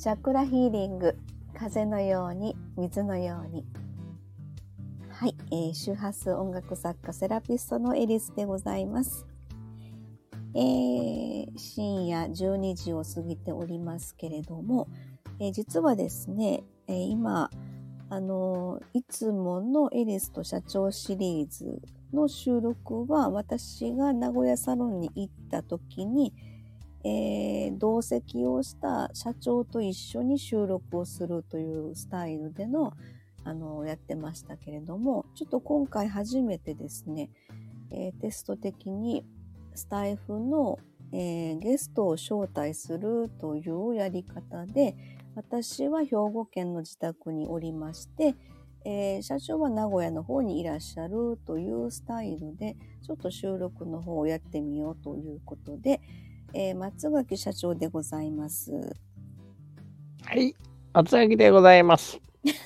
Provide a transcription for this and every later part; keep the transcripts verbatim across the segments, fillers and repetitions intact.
チャクラヒーリング、風のように水のように。はい、えー、周波数音楽作家セラピストのエリスでございます。えー、深夜じゅうにじを過ぎておりますけれども、えー、実はですね、えー、今あのいつものエリスと社長シリーズの収録は私が名古屋サロンに行った時に、えー、同席をした社長と一緒に収録をするというスタイルでの、あのやってましたけれども、ちょっと今回初めてですね、えー、テスト的にスタイフの、えー、ゲストを招待するというやり方で、私は兵庫県の自宅におりまして、えー、社長は名古屋の方にいらっしゃるというスタイルで、ちょっと収録の方をやってみようということで、えー、松垣社長でございます。 はい、松垣でございます。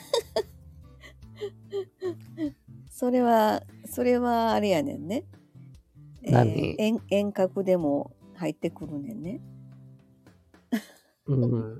それは、それはあれやねんね。 何、 えー、遠, 遠隔でも入ってくるねんね。 うん、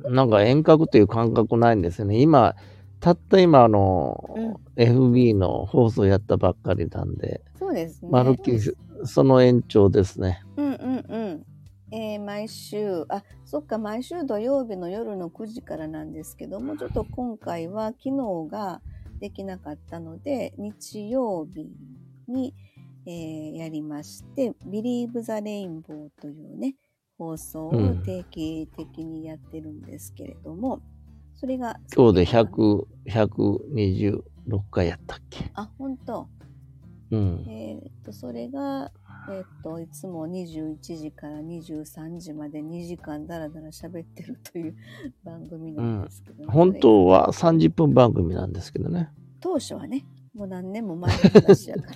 なんか遠隔という感覚ないんですよね。今、たった今あの、うん、エフビー の放送やったばっかりなんで。 そうですね。 まるっきりその延長ですね。 うんうんうん。えー、毎週、あ、そっか、毎週土曜日の夜のくじからなんですけども、ちょっと今回は昨日ができなかったので、日曜日に、えー、やりまして、Believe the Rainbow というね、放送を定期的にやってるんですけれども、うん、それが今日でひゃく、ひゃくにじゅうろっかいやったっけ。 あ、本当。 うん。 えっと、それが、えっと、いつもにじゅういちじからにじゅうさんじまでにじかんだらだら喋ってるという番組なんですけど、ね、 うん、本当はさんじゅっぷん番組なんですけどね。 当初はね、もう何年も前の話やから。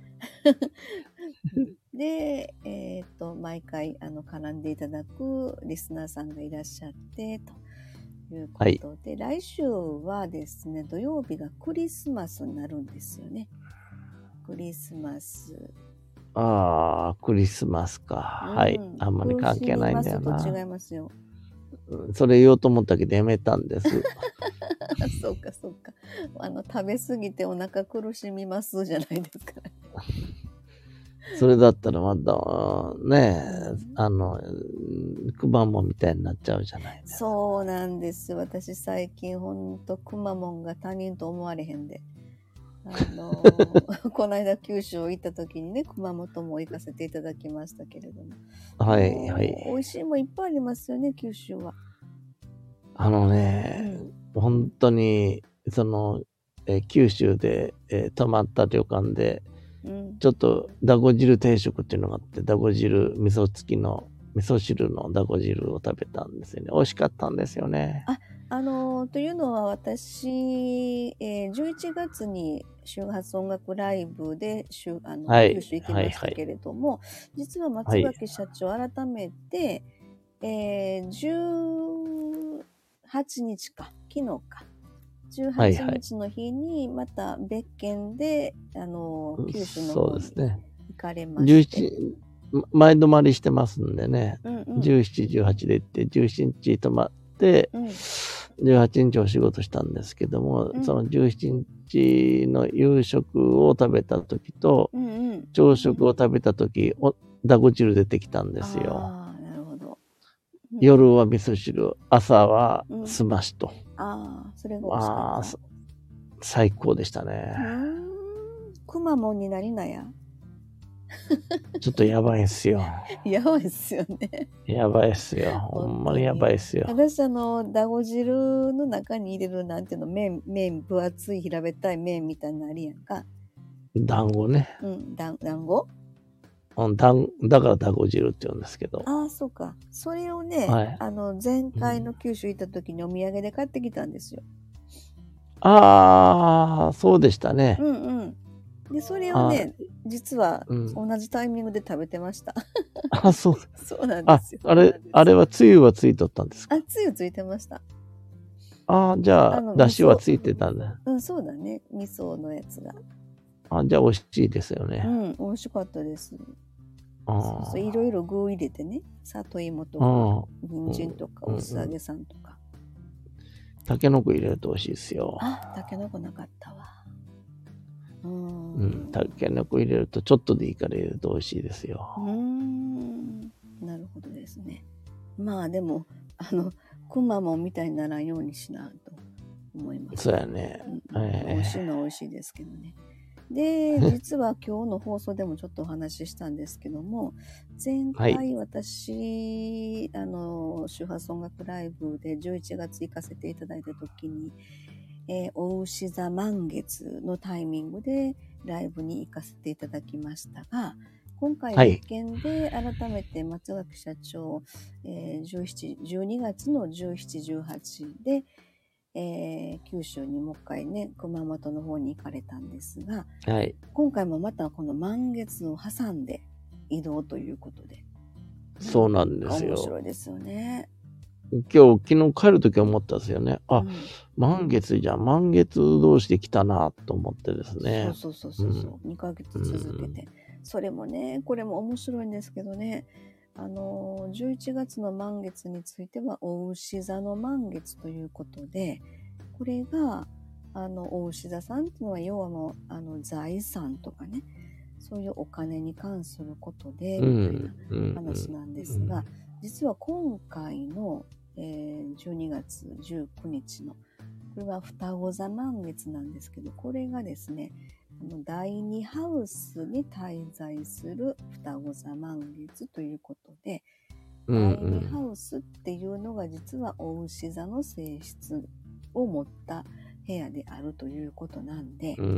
で、えっと、毎回あの絡んでいただくリスナーさんがいらっしゃってということで、はい、来週はですね、土曜日がクリスマスになるんですよね。クリスマス。 ああ、クリスマスか、うん。はい。あんまり関係ないんだよな。 違いますよ。 それ言おうと思ったけどやめたんです。 そうかそうか。あの食べ過ぎてお腹苦しみますじゃないですか。 それだったらまたねえ、あのくまモンみたいになっちゃうじゃないですか。 そうなんです。私最近ほんとくまモンが他人と思われへんで。あのこの間九州行った時にね、熊本も行かせていただきましたけれども、 はいはい、 美味しいもんいっぱいありますよね、九州は。 あのね、うん、本当にその、えー、九州で、えー、泊まった旅館で、うん、ちょっとだご汁定食っていうのがあって、だご汁味噌付きの味噌汁のだご汁を食べたんですよね。美味しかったんですよね。 あ、あのー、というのは私、えー、じゅういちがつに周波数音楽ライブであの、はい、九州行きましたけれども、はいはい、実は松垣社長、はい、改めて、えー、じゅうはちにちか、昨日か、じゅうはちにちの日にまた別件で、はいはい、あの九州の方に行かれまして、 前泊まりしてますんでね、うんうん、じゅうしち、じゅうはちで行ってじゅうしちにち泊まって、うん、じゅうはちにちお仕事したんですけども、うん、そのじゅうしちにちの夕食を食べた時と、うんうん、朝食を食べた時、おだご汁出てきたんですよ。 あ、なるほど。 うん、夜は味噌汁、朝はすましと。 うん、ああ、それが美味しかった。 最高でしたね。 うーん、くまモンになりなや。 ちょっとやばいっすよ。 やばいっすよね。 やばいっすよ。ほんまにやばいっすよ。 私あのだご汁の中に入れるなんていうの、麺麺分厚い平べったい麺みたいなのあるやんか。 団子ね。 うん、だ団子。 うん、だだからだご汁って言うんですけど。 ああ、そうか。それをね、はい、あの前回の九州行った時にお土産で買ってきたんですよ。 うん、ああ、そうでしたね。 うんうん。でそれをね、実は同じタイミングで食べてました。 うん、あ、そう。 そうなんですよ。 あ、あれあれはつゆはついとったんですか。 あ、つゆついてました。 ああ、じゃあだしはついてたんだ。 うん、そうだね。味噌のやつが。 あ、じゃあ美味しいですよね。 うん、美味しかったです。あそうそう、いろいろ具を入れてね、里芋とか人参とかお素揚げさんとか、 タケノコ入れると美味しいですよ。 あ、タケノコなかったわ。うーん。 うん、タケノコ入れるとちょっとでいいから入れると美味しいですよ。 うーん。なるほどですね。まあでも、あの、くまモンみたいにならんようにしなと思います。 そうやね。 うん、 えー、 美味しいのは美味しいですけどね。で、実は今日の放送でもちょっとお話ししたんですけども、前回私、はい、あの、周波数音楽ライブでじゅういちがつ行かせていただいた時に、えー、お牛座満月のタイミングでライブに行かせていただきましたが、今回別件で改めて松垣社長、えー、じゅうしち、じゅうにがつのじゅうしち、じゅうはちで、えー、九州にもう一回ね、熊本の方に行かれたんですが、 はい、 今回もまたこの満月を挟んで移動ということで。 そうなんですよ。 面白いですよね。 今日、昨日帰るとき思ったんですよね。あ、うん、満月じゃん。満月同士で来たなと思ってですね。 そうそうそうそう、うん、にかげつ続けて、うん。それもね、これも面白いんですけどね。あの、じゅういちがつの満月については、お牛座の満月ということで、これが、あの、お牛座さんっていうのは、要はもう、あの、財産とかね、そういうお金に関することで、みたいな話なんですが、実は今回の、えー、じゅうにがつじゅうくにちの、これは双子座満月なんですけど、これがですね、あのだいにハウスに滞在する双子座満月ということで、うんうん、だいにハウスっていうのが実はお牛座の性質を持った部屋であるということなんで、うん、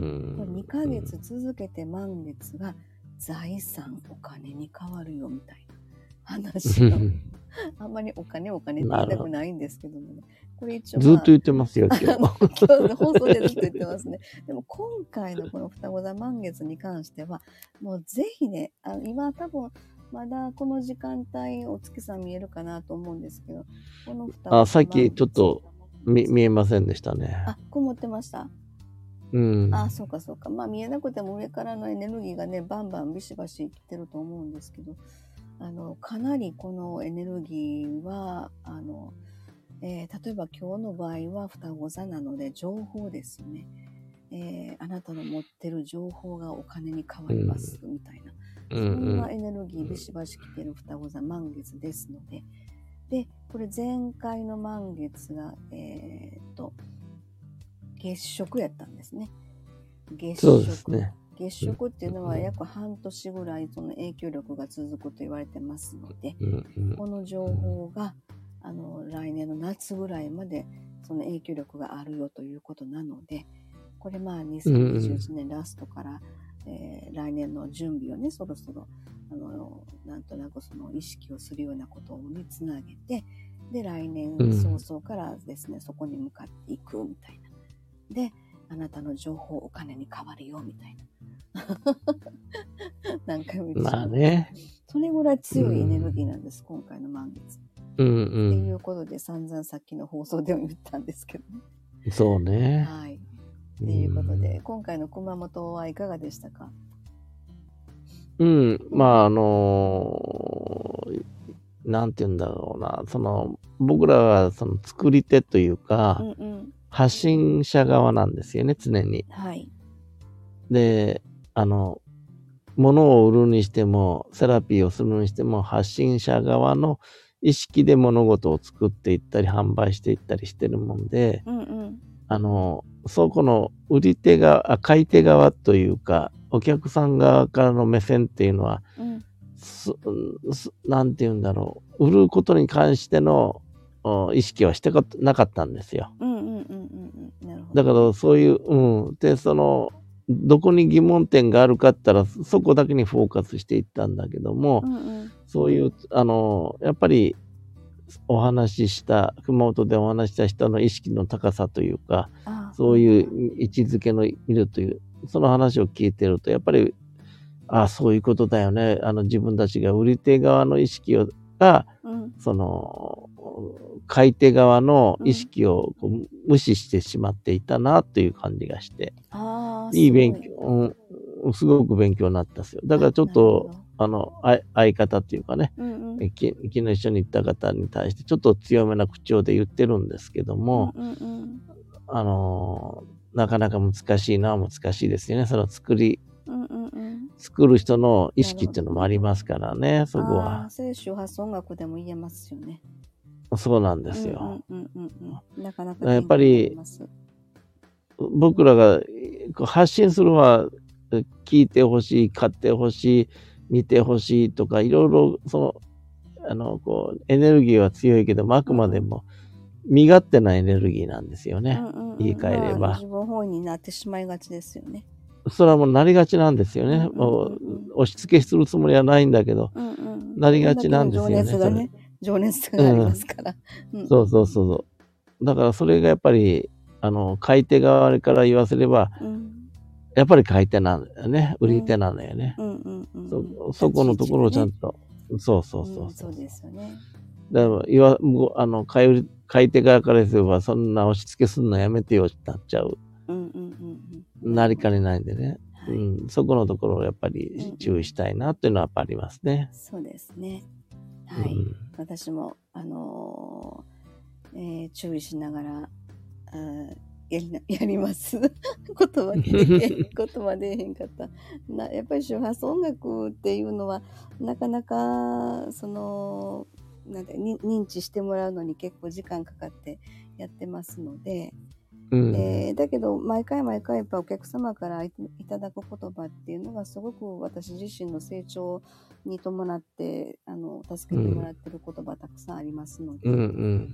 にかげつ続けて満月が財産、お金に変わるよみたいな話をあんまりお金お金って言いたくないんですけどもね。これ一応、まあ、 ずっと言ってますよ、今日。今日放送でずっと言ってますね。でも今回のこの双子座満月に関しては、もうぜひね、あの今多分まだこの時間帯お月さん見えるかなと思うんですけど、この双子座あ、さっきちょっと見見えませんでしたね。 あ、曇ってました。うん。あ、そうかそうか。まあ見えなくても上からのエネルギーがね、バンバンビシバシ来てると思うんですけど、あのかなりこのエネルギーはあの、えー、例えば今日の場合は双子座なので情報ですよね、えー、あなたの持ってる情報がお金に変わりますみたいな、うん、そんなエネルギービシバシ来てる双子座満月ですので、でこれ前回の満月がえー、っと月食やったんですね。月食。そうですね。月食っていうのは約半年ぐらいその影響力が続くと言われてますので、この情報があの来年の夏ぐらいまでその影響力があるよということなので、これまあにせんにじゅういちねんラストから、えー、来年の準備をね、そろそろあのなんとなくその意識をするようなことにつなげて、で来年早々からですね、そこに向かっていくみたいな。で、あなたの情報お金に変わるよみたいな。何回も言ってしまう。まあね。それぐらい強いエネルギーなんです、うん、今回の満月。うんうん。っていうことで散々さっきの放送でも言ったんですけどね。 そうね。 はい。っていうことで、うん、今回の熊本はいかがでしたか？ うん、まああのー、なんて言うんだろうな、その僕らはその作り手というか、うんうん、発信者側なんですよね、常に。はい。で、あの、物を売るにしても、セラピーをするにしても、発信者側の意識で物事を作っていったり、販売していったりしてるもんで、うんうん、あの、そこの売り手側、買い手側というか、お客さん側からの目線っていうのは、うん、なんて言うんだろう、売ることに関しての意識はしてなかったんですよ。だからそういう、うん。で、その、どこに疑問点があるかって言ったら、そこだけにフォーカスしていったんだけども、うんうん、そういう、あの、やっぱり、お話しした、熊本でお話しした人の意識の高さというか、そういう位置づけの見るという、その話を聞いてると、やっぱり、ああ、そういうことだよね。あの、自分たちが売り手側の意識を、が、うん、その、買い手側の意識をこう無視してしまっていたなという感じがして、うん、いい勉強、うん、すごく勉強になったんですよ。だからちょっと、 あの、相方っていうかね、 うんうん、 昨日一緒に行った方に対してちょっと強めな口調で言ってるんですけども、 うんうんうん、 あのー、なかなか難しいのは難しいですよね。その作り、 うんうんうん、 作る人の意識っていうのもありますからね、そこは。 ああ、それ周波数音楽でも言えますよね。 そうなんですよ。 うんうんうんうん、なかなかやっぱり僕らが発信するのは聞いてほしい、買ってほしい、見てほしいとかいろいろそのあのこうエネルギーは強いけどもあくまでも身勝手なエネルギーなんですよね。うんうんうん、言い換えれば、まあ、 自分本位になってしまいがちですよね。 それはもうなりがちなんですよね。うんうんうんうん、もう押し付けするつもりはないんだけど、うんうん、なりがちなんですよね。 情熱がね、情熱がありますから。 うん、そうそうそうそう。だからそれがやっぱりあの買い手側から言わせれば、うん、やっぱり買い手なんだよね。売り手なんだよね。そ、そこのところをちゃんと、そうそうそうそう。そうですよね。だから言わあの買い買い手側からすればそんな押し付けするのやめてよってなっちゃう。うんうんうんうん、なりかねないんでね、はい、うん、そこのところをやっぱり注意したいなっていうのはやっぱありますね。 そうですね。はい。うん、私もあのーえー、注意しながらあやりなやります。言葉で言葉でへんかったな。やっぱり周波数音楽っていうのはなかなかそのなんて認知してもらうのに結構時間かかってやってますので、うんえー、だけど毎回毎回やっぱお客様からいただく言葉っていうのがすごく私自身の成長に伴ってあの助けてもらってる言葉たくさんありますので、うんうん、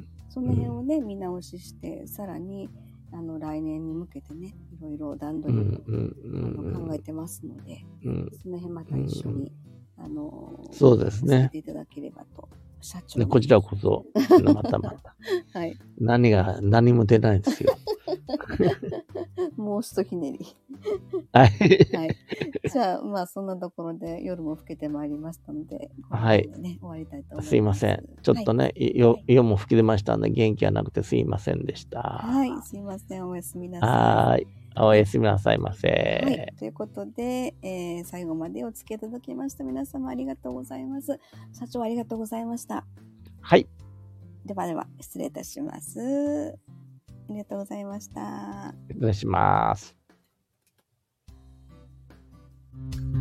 その辺をね見直ししてさらにあの来年に向けてねいろいろ段取りを、うんうんうん、あの考えてますので、うん、その辺また一緒に、うん、あのそうですね、 させていただければと。 社長こちらこそまたまた、はい、何が何も出ないんですよ。 もう一ひねり。 はい。 はい。じゃあ、まあ、そんなところで夜も更けてまいりましたので、 はい。 ね、終わりたいと思います。 すいません。ちょっとね、はい、夜、夜も更けてましたので、元気がなくてすいませんでした。 はい。すいません。おやすみなさい。 はい。おやすみなさいませ。 はい。ということで、えー、最後までお付き合いいただきました皆様ありがとうございます。社長ありがとうございました。 はい。 ではでは、失礼いたします。ありがとうございました。 失礼します。